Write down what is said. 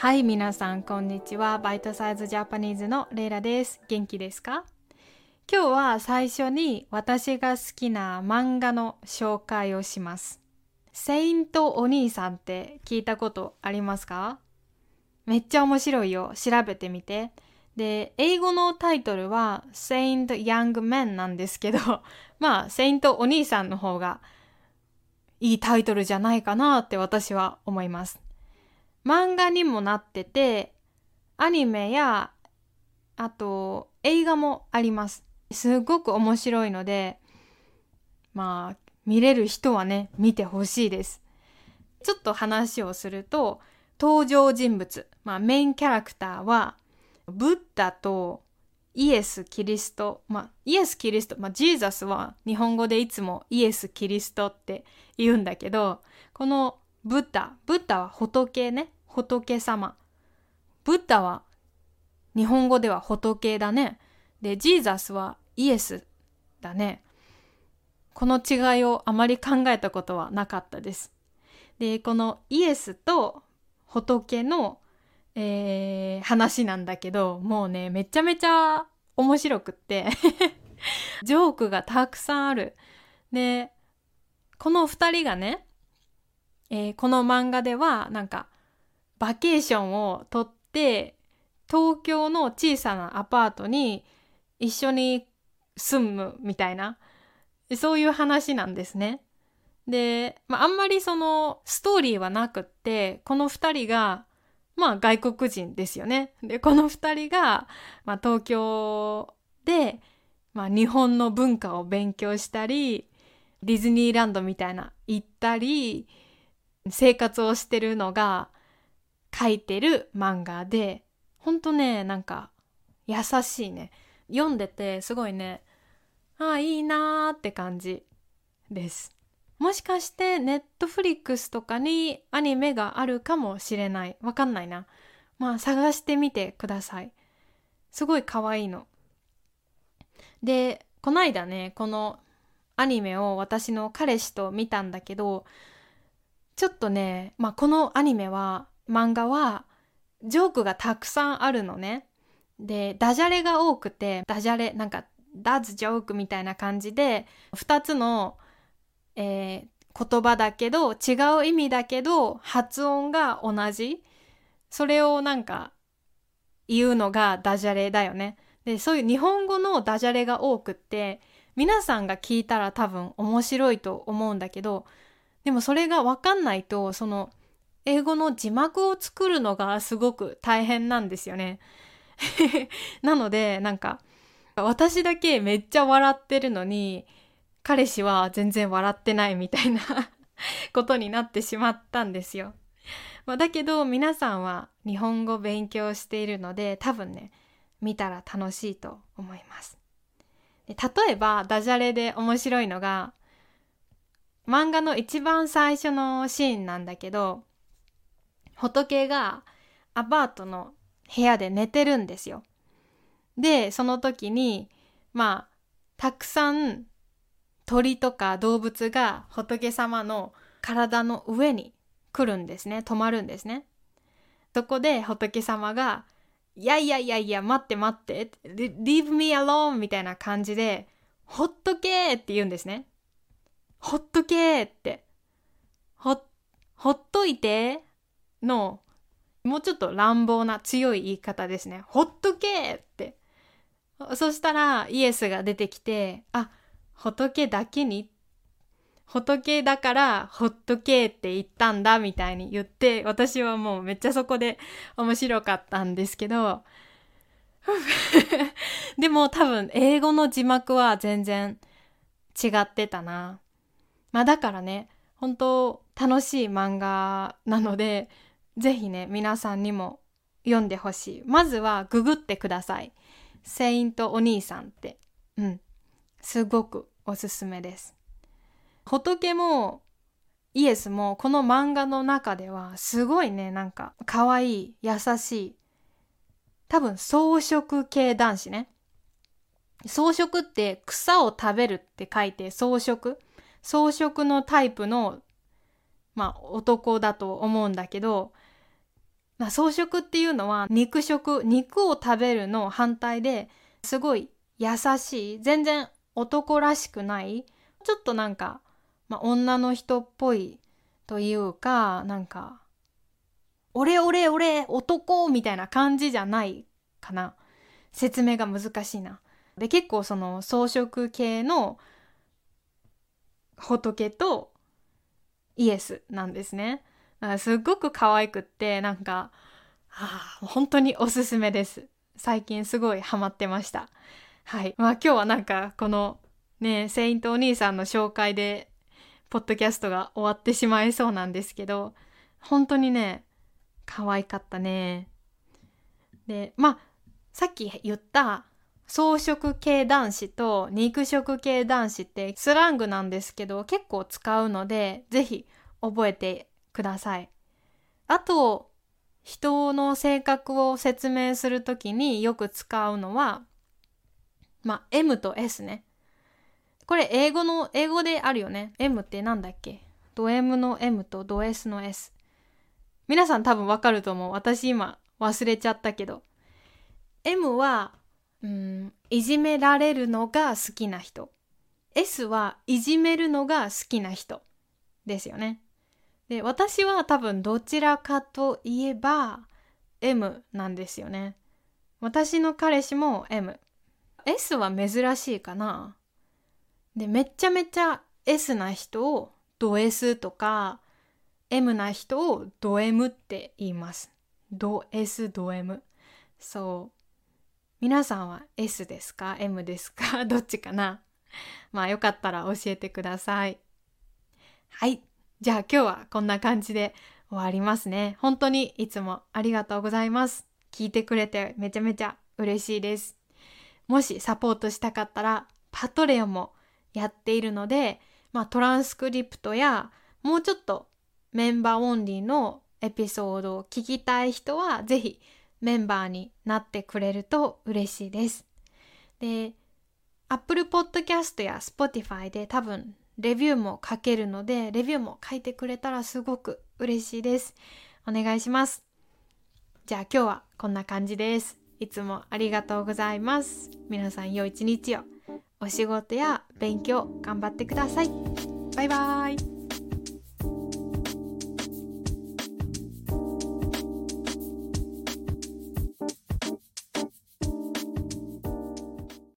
はい、皆さんこんにちは。バイトサイズジャパニーズのレイラです。元気ですか？今日は最初に私が好きな漫画の紹介をします。セイントお兄さんって聞いたことありますか？めっちゃ面白いよ。調べてみて。で、英語のタイトルは Saint Young Men なんですけど、まあ、セイントお兄さんの方がいいタイトルじゃないかなって私は思います。漫画にもなってて、アニメや、あと映画もあります。すごく面白いので、まあ、見れる人はね、見てほしいです。ちょっと話をすると、登場人物、メインキャラクターは、ブッダとイエス・キリスト、イエス・キリスト、ジーザスは日本語でいつもイエス・キリストって言うんだけど、このブッダは仏ね、仏様。ブッダは日本語では仏だね。で、ジーザスはイエスだね。この違いをあまり考えたことはなかったです。で、このイエスと仏の、話なんだけど、もうね、めちゃめちゃ面白くってジョークがたくさんある。で、この二人がね、この漫画ではなんかバケーションをとって東京の小さなアパートに一緒に住むみたいな、そういう話なんですね。で、あんまりそのストーリーはなくって、この二人が外国人ですよね。で、この二人が、東京で、日本の文化を勉強したり、ディズニーランドみたいな行ったり、生活をしてるのが書いてる漫画で、ほんとね、なんか優しいね。読んでてすごいね、いいなーって感じです。もしかしてネットフリックスとかにアニメがあるかもしれない。わかんないな。探してみてください。すごい可愛いの。で、こないだね、このアニメを私の彼氏と見たんだけど、ちょっとね、このアニメは、漫画は、ジョークがたくさんあるのね。で、ダジャレが多くて、ダジャレ、なんか、ダズジョークみたいな感じで、二つの、言葉だけど、違う意味だけど、発音が同じ。それをなんか、言うのがダジャレだよね。で、そういう日本語のダジャレが多くって、皆さんが聞いたら多分面白いと思うんだけど、でもそれがわかんないと、その英語の字幕を作るのがすごく大変なんですよね。なので、なんか、私だけめっちゃ笑ってるのに、彼氏は全然笑ってないみたいなことになってしまったんですよ。だけど皆さんは日本語勉強しているので、多分ね、見たら楽しいと思います。で、例えばダジャレで面白いのが、漫画の一番最初のシーンなんだけど、仏がアパートの部屋で寝てるんですよ。で、その時に、たくさん鳥とか動物が仏様の体の上に来るんですね。止まるんですね。そこで仏様が、いやいやいやいや、待って待って、leave me alone みたいな感じで、ほっとけーって言うんですね。ほっとけーって。ほっといての、もうちょっと乱暴な強い言い方ですね。ほっとけーって。そしたらイエスが出てきて、仏だけに、仏だからほっとけって言ったんだみたいに言って、私はもうめっちゃそこで面白かったんですけど、でも多分英語の字幕は全然違ってたな。だからね、本当楽しい漫画なので、ぜひね、皆さんにも読んでほしい。まずはググってください。セイントお兄さんって。すごくおすすめです。仏もイエスもこの漫画の中ではすごいね、なんか可愛い、優しい。多分草食系男子ね。草食って草を食べるって書いて草食。草食のタイプの、男だと思うんだけど、 草食っていうのは肉を食べるの反対ですごい優しい、全然男らしくない、ちょっとなんか、女の人っぽいというか、なんか俺男みたいな感じじゃないかな。説明が難しいな。で、結構その草食系の仏とイエスなんですね。だからすっごく可愛くって、なんか、本当におすすめです。最近すごいハマってました。はい。今日はなんかこのね、セイントお兄さんの紹介でポッドキャストが終わってしまいそうなんですけど、本当にね、可愛かったね。で、さっき言った草食系男子と肉食系男子ってスラングなんですけど、結構使うので、ぜひ覚えてください。あと、人の性格を説明するときによく使うのは、M と S ね。これ英語であるよね。M ってなんだっけ？ド M の M とド S の S。皆さん多分わかると思う。私今忘れちゃったけど。M は、いじめられるのが好きな人。S はいじめるのが好きな人ですよね。で、私は多分どちらかといえば M なんですよね。私の彼氏も M。S は珍しいかな。で、めちゃめちゃ S な人をド S とか M な人をド M って言います。ド S、ド M。そう。皆さんは S ですか？ M ですか？どっちかな？よかったら教えてください。はい。じゃあ今日はこんな感じで終わりますね。本当にいつもありがとうございます。聞いてくれてめちゃめちゃ嬉しいです。もしサポートしたかったらパトレオンもやっているので、トランスクリプトやもうちょっとメンバーオンリーのエピソードを聞きたい人はぜひメンバーになってくれると嬉しいです。で、Apple Podcast や Spotify で多分レビューも書けるので、レビューも書いてくれたらすごく嬉しいです。お願いします。じゃあ今日はこんな感じです。いつもありがとうございます。皆さん良い一日を。お仕事や勉強頑張ってください。バイバイ。